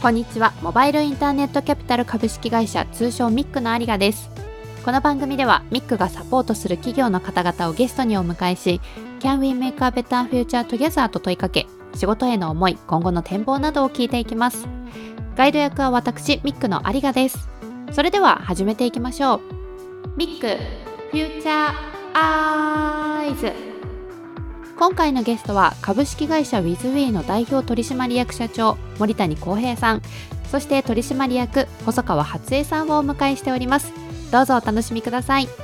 こんにちは。モバイルインターネットキャピタル株式会社、通称ミックの有賀です。この番組ではミックがサポートする企業の方々をゲストにお迎えし、 Can we make a better future together と問いかけ、仕事への思い、今後の展望などを聞いていきます。ガイド役は私ミックの有賀です。それでは始めていきましょう。ミックフューチャーアイズ。今回のゲストは株式会社 WithWe の代表取締役社長森谷康平さん、そして取締役細川初江さんをお迎えしております。どうぞお楽しみください。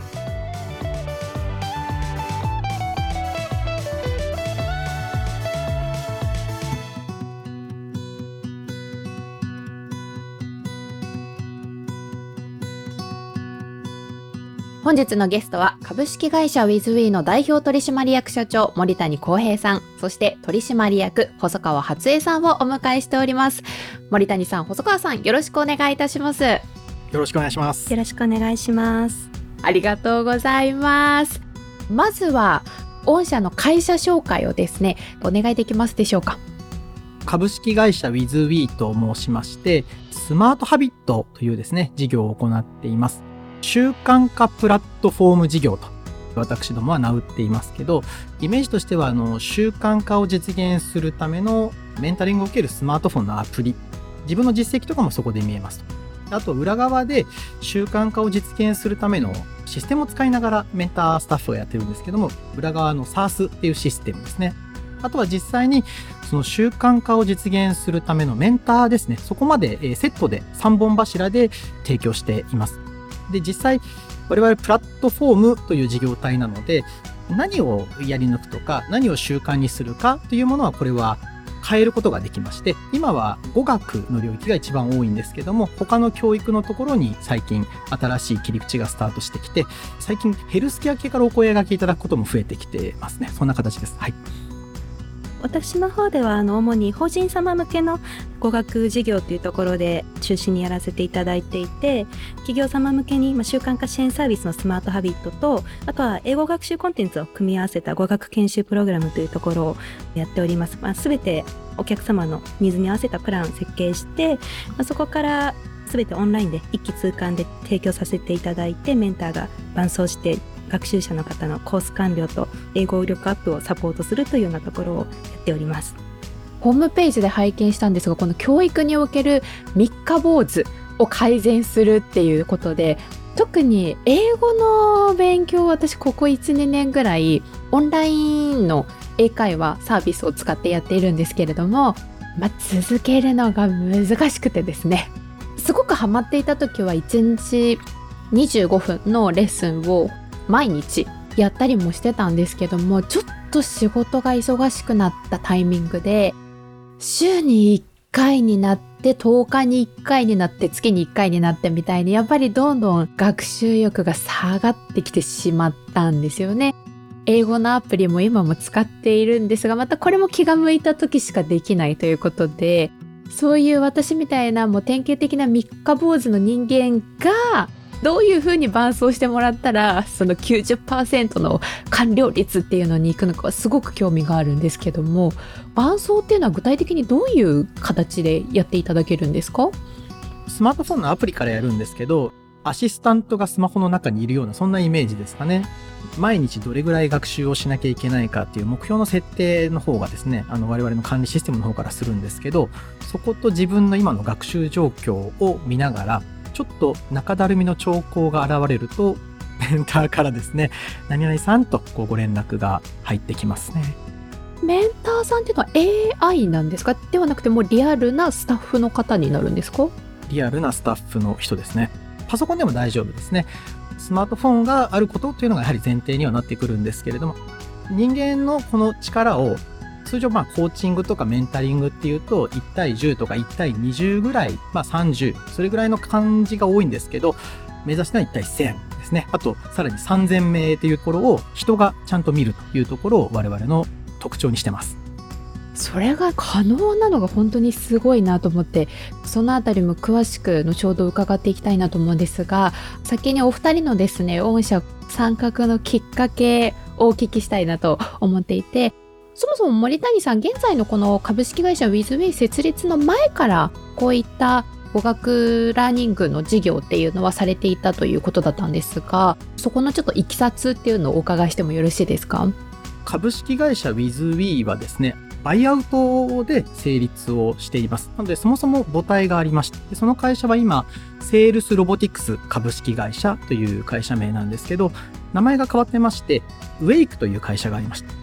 本日のゲストは株式会社 WithWe の代表取締役社長森谷康平さん、そして取締役細川初江さんをお迎えしております。森谷さん、細川さん、よろしくお願いいたします。 よろしくお願いします。 よろしくお願いします。 ありがとうございます。まずは御社の会社紹介をですね、お願いできますでしょうか。 株式会社 WithWe と申しまして、スマートハビットというですね、事業を行っています。習慣化プラットフォーム事業と私どもは名打っていますけど、イメージとしては習慣化を実現するためのメンタリングを受けるスマートフォンのアプリ、自分の実績とかもそこで見えますと。あと裏側で習慣化を実現するためのシステムを使いながらメンタースタッフをやってるんですけども、裏側の SaaS っていうシステムですね。あとは実際にその習慣化を実現するためのメンターですね。そこまでセットで3本柱で提供しています。で、実際我々プラットフォームという事業体なので、何をやり抜くとか何を習慣にするかというものはこれは変えることができまして、今は語学の領域が一番多いんですけども、他の教育のところに最近新しい切り口がスタートしてきて、最近ヘルスケア系からお声掛けいただくことも増えてきてますね。そんな形です。はい。 私の方では主に法人様向けの語学事業というところで中心にやらせていただいていて、企業様向けに習慣化支援サービスのスマートハビットと、あとは英語学習コンテンツを組み合わせた語学研修プログラムというところをやっております。すべてお客様のニーズに合わせたプランを設計して、そこからすべてオンラインで一気通貫で提供させていただいて、メンターが伴走して学習者の方のコース完了と英語力アップをサポートするというようなところをやっております。 ホームページで拝見したんですが、この教育における三日坊主を改善するっていうことで、特に英語の勉強、私ここ 1,2 年ぐらいオンラインの英会話サービスを使ってやっているんですけれども、続けるのが難しくてですね、すごくハマっていた時は1日25分のレッスンを毎日やったりもしてたんですけども、ちょっと仕事が忙しくなったタイミングで、週に1回になって10日に1回になって月に1回になってみたいに、やっぱりどんどん学習欲が下がってきてしまったんですよね。英語のアプリも今も使っているんですが、またこれも気が向いた時しかできないということで、そういう私みたいなもう典型的な三日坊主の人間がどういうふうに伴走してもらったらその 90% の完了率っていうのに行くのかすごく興味があるんですけども、伴走っていうのは具体的にどういう形でやっていただけるんですか？ スマートフォンのアプリからやるんですけど、アシスタントがスマホの中にいるようなそんなイメージですかね。毎日どれぐらい学習をしなきゃいけないかっていう目標の設定の方がですね、我々の管理システムの方からするんですけど、そこと自分の今の学習状況を見ながら、ちょっと中だるみの兆候が現れると、メンターからですね、何々さんとご連絡が入ってきますね。 メンターさんっていうのは AI なんですか？ではなくてもうリアルなスタッフの方になるんですか？ リアルなスタッフの人ですね。パソコンでも大丈夫ですね。スマートフォンがあることというのがやはり前提にはなってくるんですけれども、人間のこの力を通常コーチングとかメンタリングっていうと1対10とか1対20ぐらい、30、それぐらいの感じが多いんですけど、目指すのは1対1000ですね。あとさらに3000名というところを人がちゃんと見るというところを我々の特徴にしてます。 それが可能なのが本当にすごいなと思って、そのあたりも詳しく後ほど伺っていきたいなと思うんですが、先にお二人のですね、御社参画のきっかけをお聞きしたいなと思っていて、 そもそも森谷さん、現在のこの株式会社 WithWay 設立の前からこういった語学ラーニングの事業っていうのはされていたということだったんですが、そこのちょっといきさつっていうのをお伺いしてもよろしいですか？ 株式会社 WithWe はですね、バイアウトで成立をしています。なので、そもそも母体がありまして、その会社は今、セールスロボティクス株式会社という会社名なんですけど、名前が変わってまして、WAKE という会社がありました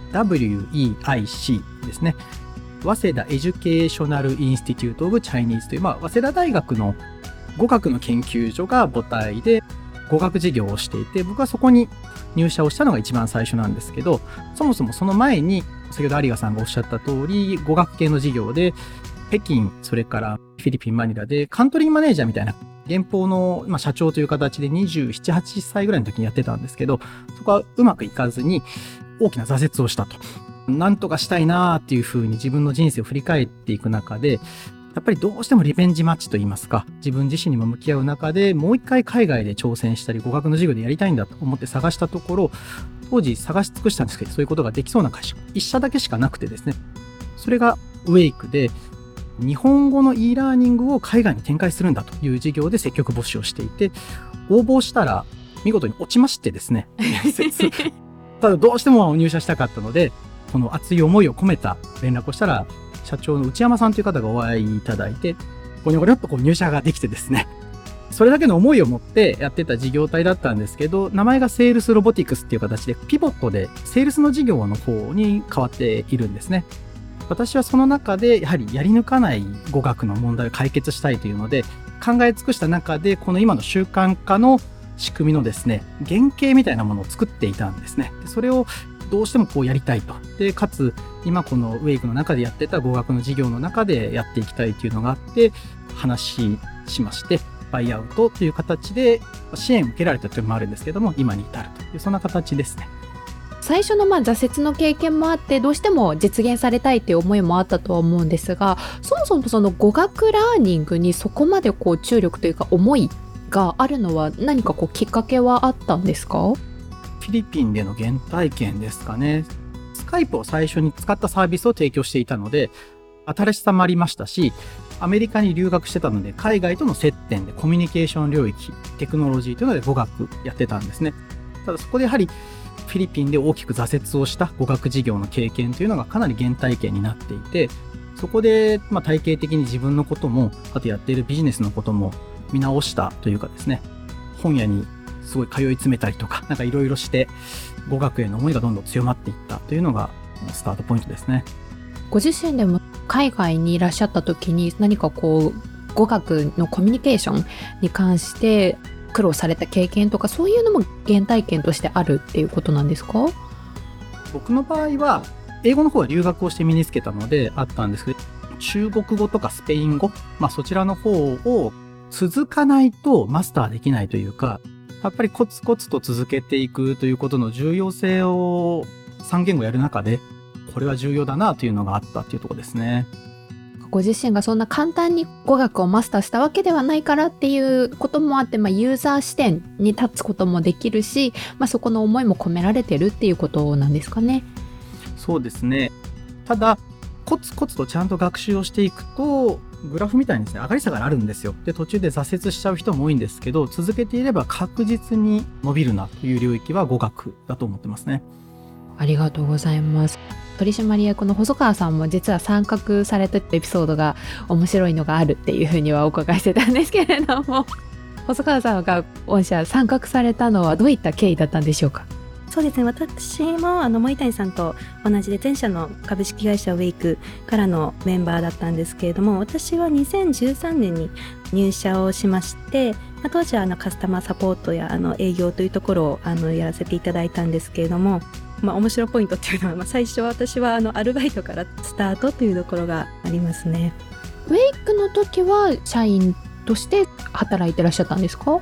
。WEIC ですね。早稲田エデュケーショナルインスティテュートオブチャイニーズという、早稲田大学の語学の研究所が母体で語学事業をしていて、僕はそこに入社をしたのが一番最初なんですけど、そもそもその前に、先ほど有賀さんがおっしゃった通り、語学系の事業で、北京、それからフィリピン、マニラでカントリーマネージャーみたいな、現行の社長という形で27、8歳ぐらいの時にやってたんですけど、そこはうまくいかずに大きな挫折をしたと。なんとかしたいなーっていうふうに自分の人生を振り返っていく中で、やっぱりどうしてもリベンジマッチといいますか、自分自身にも向き合う中でもう一回海外で挑戦したり、語学の授業でやりたいんだと思って探したところ、当時探し尽くしたんですけど、そういうことができそうな会社、一社だけしかなくてですね、それがWAKEで、日本語の e ラーニングを海外に展開するんだという事業で積極募集をしていて、応募したら見事に落ちましてですね、ただどうしても入社したかったので、この熱い思いを込めた連絡をしたら、社長の内山さんという方がお会いいただいて、ゴニョゴニョっと入社ができてですね、それだけの思いを持ってやってた事業体だったんですけど、名前がセールスロボティクスっていう形でピボットでセールスの事業の方に変わっているんですね。私はその中でやはりやり抜かない語学の問題を解決したいというので、考え尽くした中でこの今の習慣化の仕組みのですね、原型みたいなものを作っていたんですね。それをどうしてもこうやりたいと。で、かつ今このWAKEの中でやってた語学の事業の中でやっていきたいというのがあって、話しまして、バイアウトという形で支援を受けられたというのもあるんですけども、今に至るという、そんな形ですね。 最初の挫折の経験もあって、どうしても実現されたいっていう思いもあったとは思うんですが、そもそもその語学ラーニングにそこまでこう注力というか思いがあるのは何かこうきっかけはあったんですか？ フィリピンでの原体験ですかね。スカイプを最初に使ったサービスを提供していたので、新しさもありましたし、アメリカに留学してたので、海外との接点でコミュニケーション領域、テクノロジーというので語学やってたんですね。ただそこでやはりフィリピンで大きく挫折をした語学事業の経験というのがかなり原体験になっていて、そこで体系的に自分のことも、あとやっているビジネスのことも見直したというかですね、本屋にすごい通い詰めたりとか、いろいろして語学への思いがどんどん強まっていったというのがスタートポイントですね。 ご自身でも海外にいらっしゃった時に何かこう語学のコミュニケーションに関して苦労された経験とか、そういうのも原体験としてあるっていうことなんですか？ 僕の場合は英語の方は留学をして身につけたのであったんですけど、中国語とかスペイン語、そちらの方を続かないとマスターできないというか、やっぱりコツコツと続けていくということの重要性を3言語やる中で、これは重要だなというのがあったというところですね。 ご自身がそんな簡単に語学をマスターしたわけではないからっていうこともあって、ユーザー視点に立つこともできるし、そこの思いも込められてるっていうことなんですかね。 そうですね。ただコツコツとちゃんと学習をしていくと、グラフみたいにですね、上がり下がりあるんですよ。で、途中で挫折しちゃう人も多いんですけど、続けていれば確実に伸びるなという領域は語学だと思ってますね。 ありがとうございます。取締役の細川さんも実は参画されたエピソードが面白いのがあるっていうふうにはお伺いしてたんですけれども、細川さんが御社参画されたのはどういった経緯だったんでしょうか？ そうですね、私も森谷さんと同じで前社の株式会社WAKEからのメンバーだったんですけれども、私は2013年に入社をしまして、当時はカスタマーサポートや営業というところをやらせていただいたんですけれども、面白ポイントっていうのは、最初私はアルバイトからスタートというところがありますね。 WAKEの時は社員として働いてらっしゃったんですか？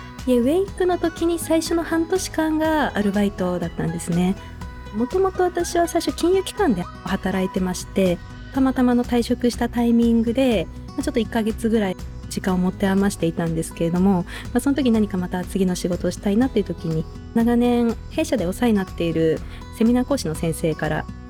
WAKEの時に最初の半年間がアルバイトだったんですね。もともと私は最初金融機関で働いてまして、たまたま退職したタイミングでちょっと1ヶ月ぐらい時間を持って余していたんですけれども、その時何かまた次の仕事をしたいなという時に、長年弊社でお世話になっているセミナー講師の先生から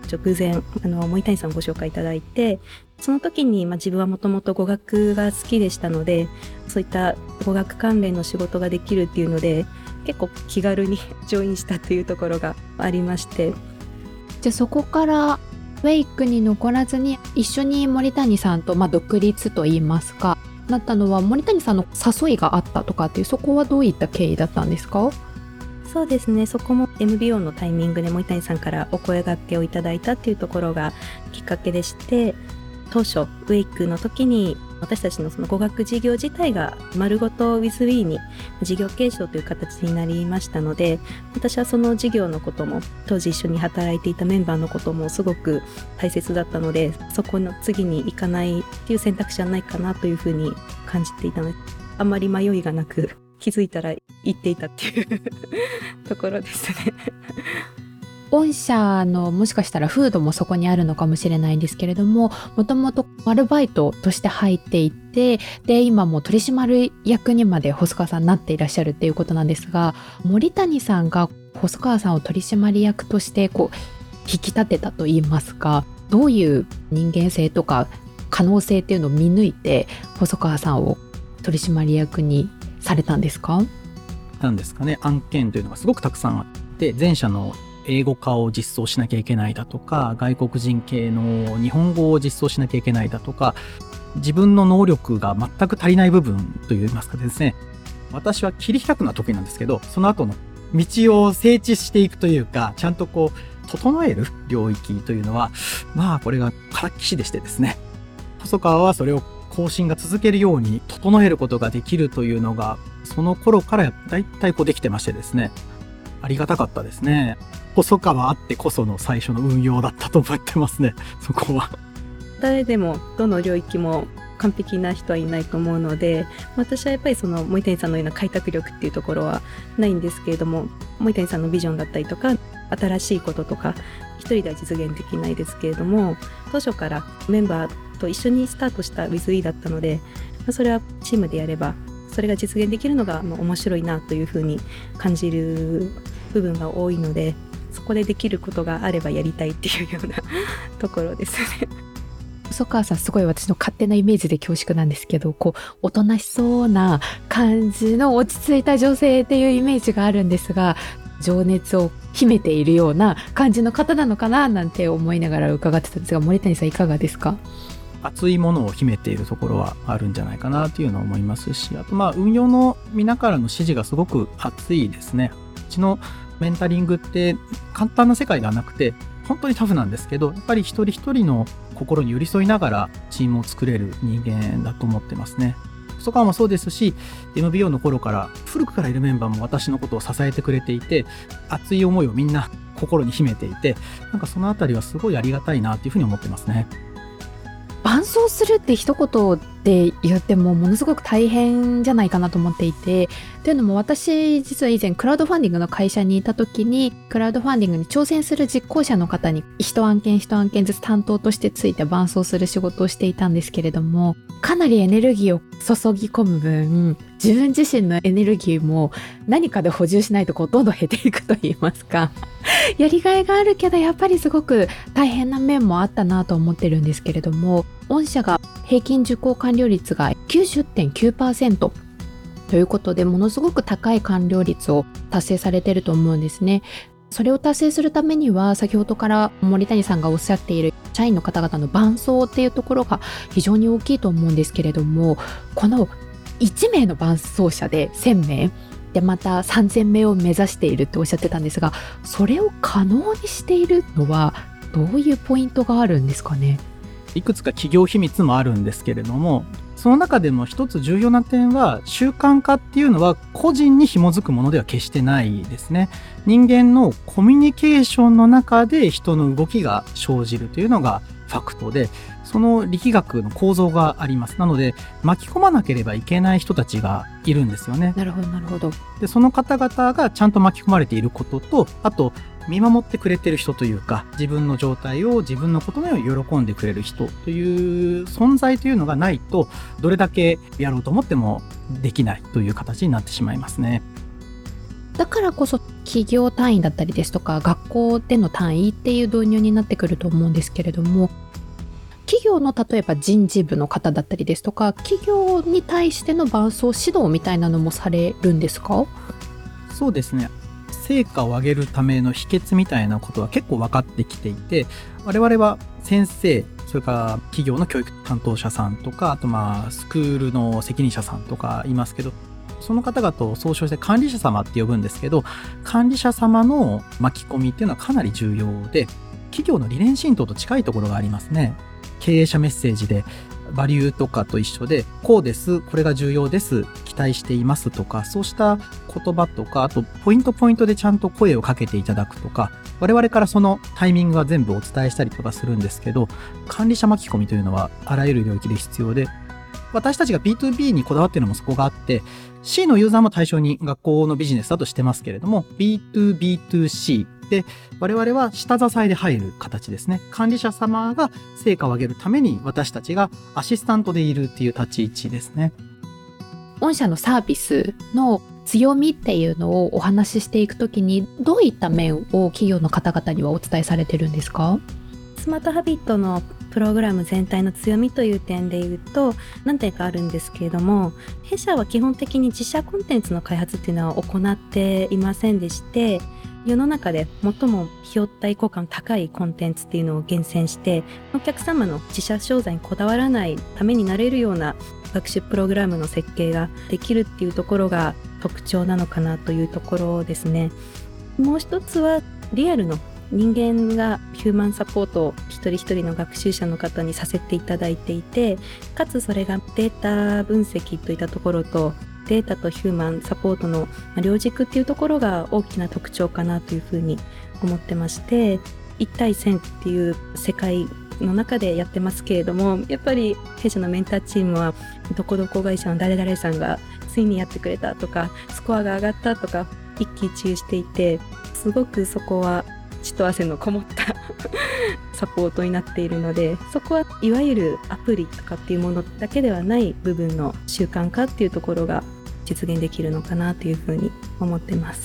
偶然森谷さんをご紹介いただいて、その時に自分はもともと語学が好きでしたので、そういった語学関連の仕事ができるっていうので結構気軽にジョインしたというところがありまして。 じゃあそこからウェイクに残らずに一緒に森谷さんと独立といいますかなったのは、森谷さんの誘いがあったとかっていう、そこはどういった経緯だったんですか？ そうですね、そこも MBO のタイミングで森谷さんからお声掛けをいただいたっていうところがきっかけでして、当初ウェイクの時に私たちのその語学事業自体が丸ごと WithWe に事業継承という形になりましたので、私はその事業のことも当時一緒に働いていたメンバーのこともすごく大切だったので、そこの次に行かないっていう選択肢はないかなというふうに感じていたので、あんまり迷いがなく気づいたら行っていたっていうところですね。 御社のもしかしたら風土もそこにあるのかもしれないんですけれども、もともとアルバイトとして入っていて、で今も取締役にまで細川さんなっていらっしゃるっていうことなんですが、森谷さんが細川さんを取締役として引き立てたといいますか、どういう人間性とか可能性っていうのを見抜いて細川さんを取締役にされたんですか？ なんですかね、案件というのがすごくたくさんあって、前者の英語化を実装しなきゃいけないだとか、外国人系の日本語を実装しなきゃいけないだとか、自分の能力が全く足りない部分といいますかですね、私は切り開くのは得意なんですけど、その後の道を整地していくというか、ちゃんと整える領域というのは、これがからっきしでしてですね、細川はそれを更新が続けるように整えることができるというのが、その頃からだいたいできてましてですね、ありがたかったですね。細川あってこその最初の運用だったと思ってますね、そこは。 誰でもどの領域も完璧な人はいないと思うので、私はやっぱりその森谷さんのような開拓力っていうところはないんですけれども、森谷さんのビジョンだったりとか新しいこととか一人では実現できないですけれども、当初からメンバーと一緒にスタートした WithWe だったので、それはチームでやればそれが実現できるのが面白いなというふうに感じる部分が多いので、そこでできることがあればやりたいっていうようなところですね。 細川さん、すごい私の勝手なイメージで恐縮なんですけど、おとなしそうな感じの落ち着いた女性っていうイメージがあるんですが、情熱を秘めているような感じの方なのかななんて思いながら伺ってたんですが、森谷さんいかがですか？ 熱いものを秘めているところはあるんじゃないかなというのは思いますし、あと運用の皆からの指示がすごく熱いですね。うちのメンタリングって簡単な世界ではなくて、本当にタフなんですけど、やっぱり一人一人の心に寄り添いながらチームを作れる人間だと思ってますね。細川もそうですし、MBO の頃から古くからいるメンバーも私のことを支えてくれていて、熱い思いをみんな心に秘めていて、そのあたりはすごいありがたいなというふうに思ってますね。 伴走するって一言で言ってもものすごく大変じゃないかなと思っていて、というのも私実は以前クラウドファンディングの会社にいた時に、クラウドファンディングに挑戦する実行者の方に一案件ずつ担当としてついて伴走する仕事をしていたんですけれども、かなりエネルギーを注ぎ込む分、自分自身のエネルギーも何かで補充しないとどんどん減っていくと言いますかやりがいがあるけどやっぱりすごく大変な面もあったなと思ってるんですけれども、御社が平均受講完了率が 90.9% ということで、ものすごく高い完了率を達成されていると思うんですね。それを達成するためには、先ほどから森谷さんがおっしゃっている社員の方々の伴走っていうところが非常に大きいと思うんですけれども、この1名の伴走者で1000名でまた3000名を目指しているっておっしゃってたんですが、それを可能にしているのはどういうポイントがあるんですかね？ いくつか企業秘密もあるんですけれども、その中でも一つ重要な点は、習慣化っていうのは個人に紐づくものでは決してないですね。人間のコミュニケーションの中で人の動きが生じるというのがファクトで、その力学の構造があります。なので巻き込まなければいけない人たちがいるんですよね。 なるほどなるほど。 でその方々がちゃんと巻き込まれていることと、あと見守ってくれてる人というか、自分の状態を自分のことのように喜んでくれる人という存在というのがないと、どれだけやろうと思ってもできないという形になってしまいますね。 だからこそ企業単位だったりですとか学校での単位っていう導入になってくると思うんですけれども、企業の例えば人事部の方だったりですとか企業に対しての伴走指導みたいなのもされるんですか？ そうですね。成果を上げるための秘訣みたいなことは結構分かってきていて、我々は先生、それから企業の教育担当者さんとか、あとスクールの責任者さんとかいますけど、その方々を総称して管理者様って呼ぶんですけど、管理者様の巻き込みっていうのはかなり重要で、企業の理念浸透と近いところがありますね。経営者メッセージでバリューとかと一緒で、こうです、これが重要です、期待していますとか、そうした言葉とか、あとポイントでちゃんと声をかけていただくとか、我々からそのタイミングは全部お伝えしたりとかするんですけど、管理者巻き込みというのはあらゆる領域で必要で、私たちが B2B にこだわっているのもそこがあって、C のユーザーも対象に学校のビジネスだとしてますけれども、B2B2C で、我々は下支えで入る形ですね。管理者様が成果を上げるために私たちがアシスタントでいるっていう立ち位置ですね。 御社のサービスの強みっていうのをお話ししていくときに、どういった面を企業の方々にはお伝えされてるんですか？ スマートハビットのプログラム全体の強みという点でいうと何点かあるんですけれども、弊社は基本的に自社コンテンツの開発っていうのは行っていませんでして、世の中で最も費用対効果の高いコンテンツっていうのを厳選して、お客様の自社商材にこだわらないためになれるような学習プログラムの設計ができるっていうところが特徴なのかなというところですね。もう一つはリアルの人間がヒューマンサポートを一人一人の学習者の方にさせていただいていて、かつそれがデータ分析といったところとデータとヒューマンサポートの両軸っていうところが大きな特徴かなというふうに思ってまして、1対1000っていう世界の中でやってますけれども、やっぱり弊社のメンターチームはどこどこ会社の誰々さんがついにやってくれたとか、スコアが上がったとか一喜一憂していて、すごくそこは血と汗のこもったサポートになっているので、そこはいわゆるアプリとかっていうものだけではない部分の習慣化っていうところが実現できるのかなというふうに思ってます。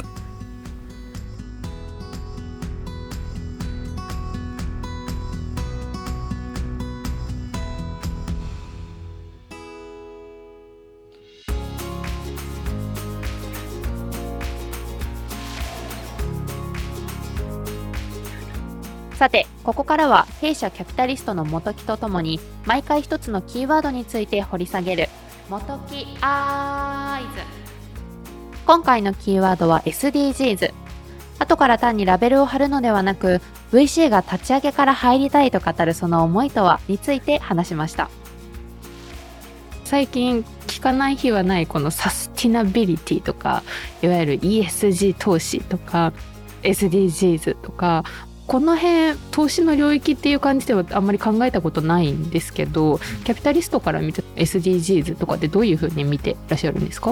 さて、ここからは弊社キャピタリストの元木とともに毎回一つのキーワードについて掘り下げる元木アイズ。今回のキーワードは SDGs。後から単にラベルを貼るのではなく、 VC が立ち上げから入りたいと語るその思いとはについて話しました。最近聞かない日はないこのサスティナビリティとか、いわゆる ESG 投資とか SDGs とか、この辺投資の領域っていう感じではあんまり考えたことないんですけど、キャピタリストから見て SDGs とかってどういうふうに見てらっしゃるんですか？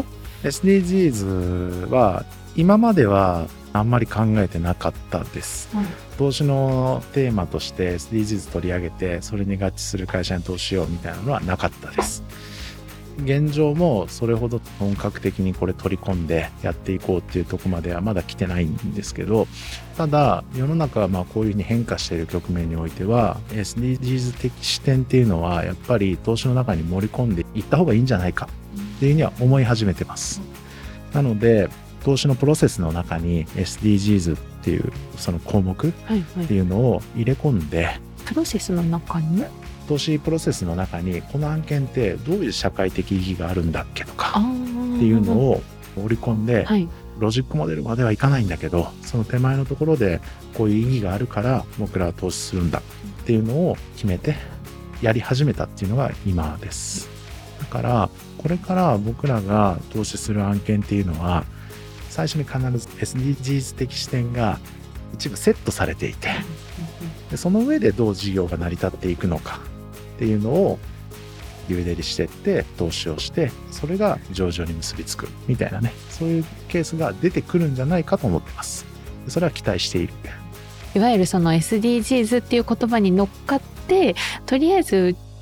SDGs は今まではあんまり考えてなかったです、投資のテーマとして SDGs 取り上げてそれに合致する会社に投資しようみたいなのはなかったです。現状もそれほど本格的にこれ取り込んでやっていこうっていうところまではまだ来てないんですけど、ただ世の中はこういうふうに変化している局面においては SDGs 的視点っていうのはやっぱり投資の中に盛り込んでいった方がいいんじゃないかっていうには思い始めてます。なので投資のプロセスの中に SDGs っていうその項目っていうのを入れ込んで、 プロセスの中に投資プロセスの中にこの案件ってどういう社会的意義があるんだっけとかっていうのを織り込んで、ロジックモデルまではいかないんだけどその手前のところでこういう意義があるから僕らは投資するんだっていうのを決めてやり始めたっていうのが今です。だからこれから僕らが投資する案件っていうのは最初に必ず SDGs 的視点が一部セットされていて、でその上でどう事業が成り立っていくのかっていうのをデューデリしてって投資をして、それが上場に結びつくみたいなね、そういうケースが出てくるんじゃないかと思ってます。それは期待している。 いわゆるその SDGs っていう言葉に乗っかって、とりあえず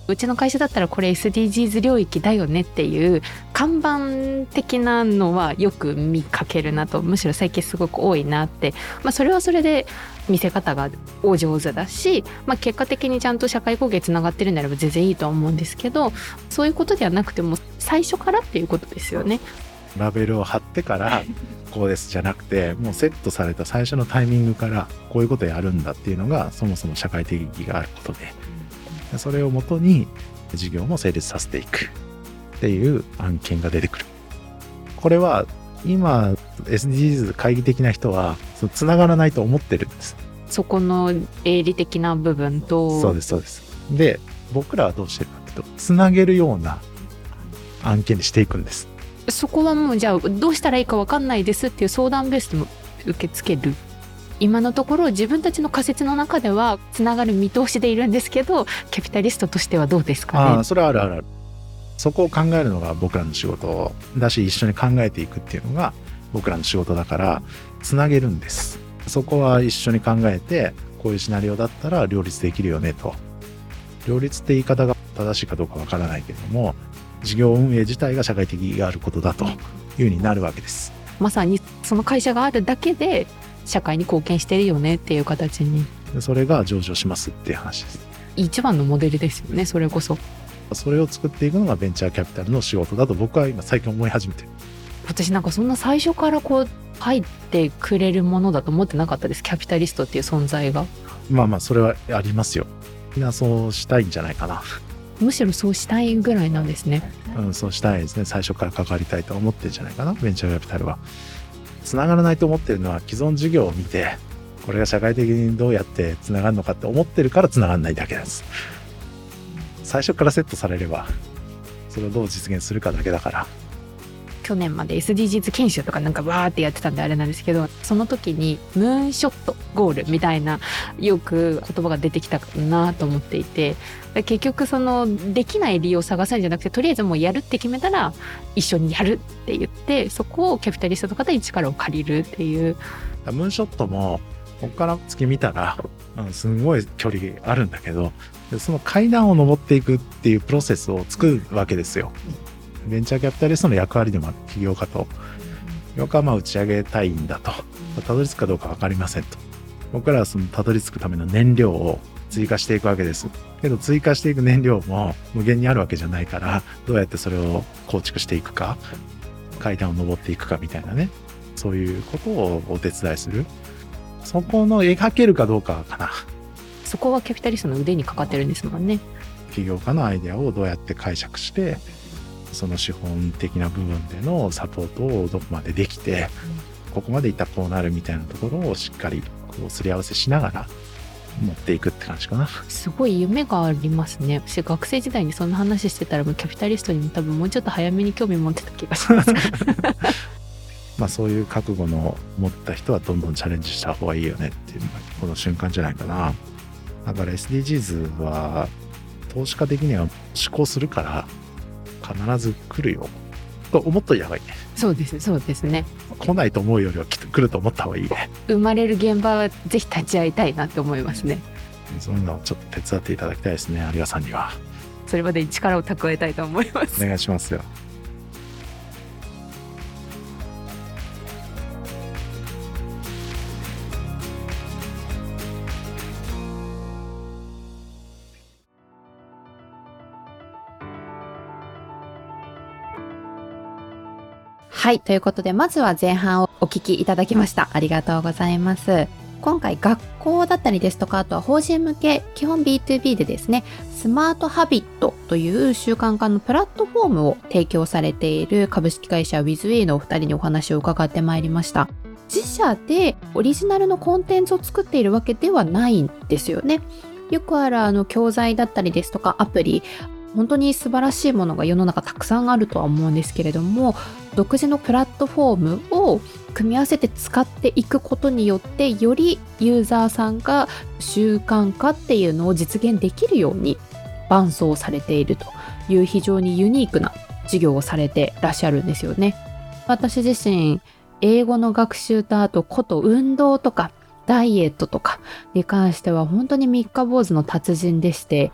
うちの会社だったらこれ SDGs 領域だよねっていう看板的なのはよく見かけるなと、むしろ最近すごく多いなって、それはそれで見せ方がお上手だし、結果的にちゃんと社会貢献つながってるんであれば全然いいとは思うんですけど、そういうことではなくても最初からっていうことですよね。 ラベルを貼ってからこうですじゃなくて、もうセットされた最初のタイミングからこういうことやるんだっていうのがそもそも社会的意義があることで、それをもとに事業も成立させていくっていう案件が出てくる。これは今 SDGs 懐疑的な人はつながらないと思ってるんです。 そこの営利的な部分と。 そうですそうです。で、僕らはどうしてるかというと、つなげるような案件にしていくんです。 そこはもうじゃあどうしたらいいか分かんないですっていう相談ベースでも受け付ける。今のところ自分たちの仮説の中ではつながる見通しでいるんですけど、キャピタリストとしてはどうですかね。 それはあるあるある。そこを考えるのが僕らの仕事だし、一緒に考えていくっていうのが僕らの仕事だから、つなげるんです。そこは一緒に考えて、こういうシナリオだったら両立できるよねと。両立って言い方が正しいかどうかわからないけれども、事業運営自体が社会的意義があることだというふうになるわけです。 まさにその会社があるだけで社会に貢献してるよねっていう形に。 それが上場しますっていう話です。 一番のモデルですよね、それこそ。 それを作っていくのがベンチャーキャピタルの仕事だと僕は今最近思い始めてる。 私なんかそんな最初からこう入ってくれるものだと思ってなかったです、キャピタリストっていう存在が。 それはありますよ。みんなそうしたいんじゃないかな。 むしろそうしたいぐらいなんですね。 そうしたいですね。最初から関わりたいと思ってるんじゃないかな、ベンチャーキャピタルは。つながらないと思ってるのは既存事業を見て、これが社会的にどうやってつながるのかって思ってるからつながらないだけなんです。最初からセットされれば、それをどう実現するかだけだから。 去年まで SDGs 研修とかなんかわーってやってたんであれなんですけど、その時にムーンショットゴールみたいなよく言葉が出てきたなと思っていて、結局そのできない理由を探すんじゃなくて、とりあえずもうやるって決めたら一緒にやるって言って、そこをキャピタリストの方に力を借りるっていう。 ムーンショットもここから月見たら、すごい距離あるんだけど、その階段を登っていくっていうプロセスを作るわけですよ。ベンチャーキャピタリストの役割でもある起業家と。起業家は打ち上げたいんだと。たどり着くかどうか分かりませんと。僕らはそのたどり着くための燃料を追加していくわけです。けど追加していく燃料も無限にあるわけじゃないから、どうやってそれを構築していくか、階段を登っていくかみたいなね。そういうことをお手伝いする。そこの描けるかどうかかな。 そこはキャピタリストの腕にかかってるんですもんね。 起業家のアイデアをどうやって解釈して、その資本的な部分でのサポートをどこまでできて、ここまでいったらこうなるみたいなところをしっかりこうすり合わせしながら持っていくって感じかな。 すごい夢がありますね。私学生時代にそんな話してたら、もうキャピタリストにも多分もうちょっと早めに興味持ってた気がしますそういう覚悟の持った人はどんどんチャレンジした方がいいよねっていうのがこの瞬間じゃないかな。だから SDGs は投資家的には思考するから必ず来るよと思っといた方がいいね。 そうですそうですね。 来ないと思うよりは来ると思った方がいいね。 生まれる現場はぜひ立ち会いたいなって思いますね。 そういうのをちょっと手伝っていただきたいですね、有賀さんには。 それまでに力を蓄えたいと思います。 お願いしますよ。 はい、ということでまずは前半をお聞きいただきました。ありがとうございます。今回学校だったりですとか、あとは法人向け、基本 B2B でですね、スマートハビットという習慣化のプラットフォームを提供されている株式会社 WithWay のお二人にお話を伺ってまいりました。自社でオリジナルのコンテンツを作っているわけではないんですよね。よくある教材だったりですとかアプリ、本当に素晴らしいものが世の中たくさんあるとは思うんですけれども、独自のプラットフォームを組み合わせて使っていくことによって、よりユーザーさんが習慣化っていうのを実現できるように伴走されているという非常にユニークな事業をされてらっしゃるんですよね。私自身英語の学習と、あとこと運動とかダイエットとかに関しては本当に三日坊主の達人でして、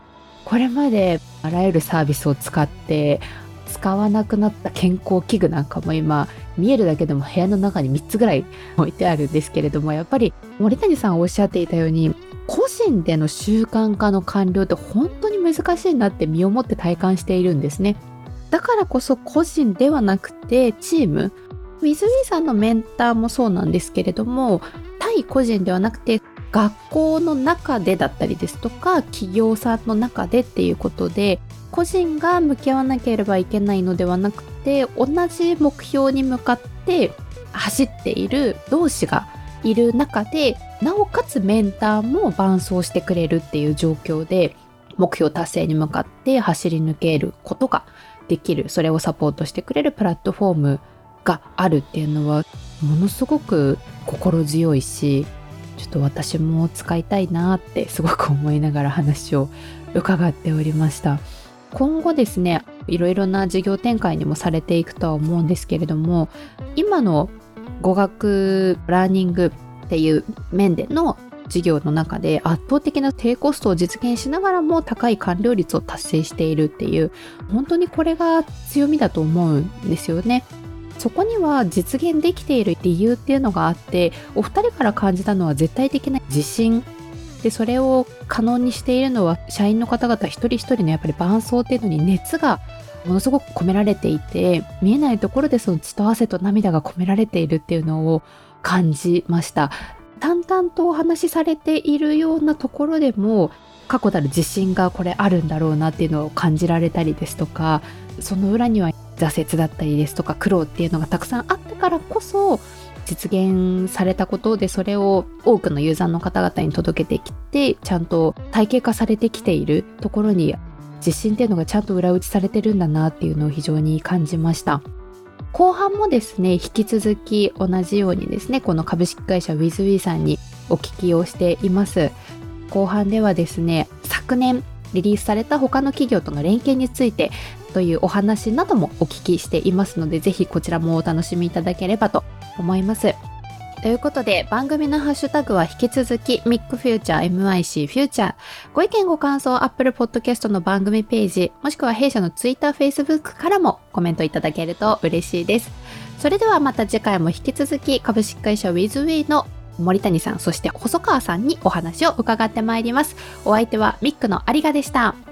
これまであらゆるサービスを使って使わなくなった健康器具なんかも今見えるだけでも部屋の中に3つぐらい置いてあるんですけれども、やっぱり森谷さんおっしゃっていたように個人での習慣化の完了って本当に難しいなって身をもって体感しているんですね。だからこそ個人ではなくてチーム、WithWeさんのメンターもそうなんですけれども、対個人ではなくて学校の中でだったりですとか企業さんの中でっていうことで、個人が向き合わなければいけないのではなくて、同じ目標に向かって走っている同士がいる中で、なおかつメンターも伴走してくれるっていう状況で、目標達成に向かって走り抜けることができる、それをサポートしてくれるプラットフォームがあるっていうのはものすごく心強いし、ちょっと私も使いたいなってすごく思いながら話を伺っておりました。今後ですね、いろいろな事業展開にもされていくとは思うんですけれども、今の語学ラーニングっていう面での事業の中で圧倒的な低コストを実現しながらも高い完了率を達成しているっていう、本当にこれが強みだと思うんですよね。そこには実現できている理由っていうのがあって、お二人から感じたのは絶対的な自信で、それを可能にしているのは社員の方々一人一人のやっぱり伴走っていうのに熱がものすごく込められていて、見えないところでその血と汗と涙が込められているっていうのを感じました。淡々とお話しされているようなところでも確固たる自信がこれあるんだろうなっていうのを感じられたりですとか、その裏には挫折だったりですとか苦労っていうのがたくさんあったからこそ実現されたことで、それを多くのユーザーの方々に届けてきて、ちゃんと体系化されてきているところに自信っていうのがちゃんと裏打ちされてるんだなっていうのを非常に感じました。後半もですね、引き続き同じようにですね、この株式会社 WithWe さんにお聞きをしています。後半ではですね、昨年リリースされた他の企業との連携についてというお話などもお聞きしていますので、ぜひこちらもお楽しみいただければと思います。ということで、番組のハッシュタグは引き続き MICFuture、MIC Future。ご意見ご感想、Apple Podcast の番組ページ、もしくは弊社の Twitter、Facebook からもコメントいただけると嬉しいです。それではまた次回も引き続き株式会社 WithWe の森谷さん、そして細川さんにお話を伺ってまいります。お相手はミックの有賀でした。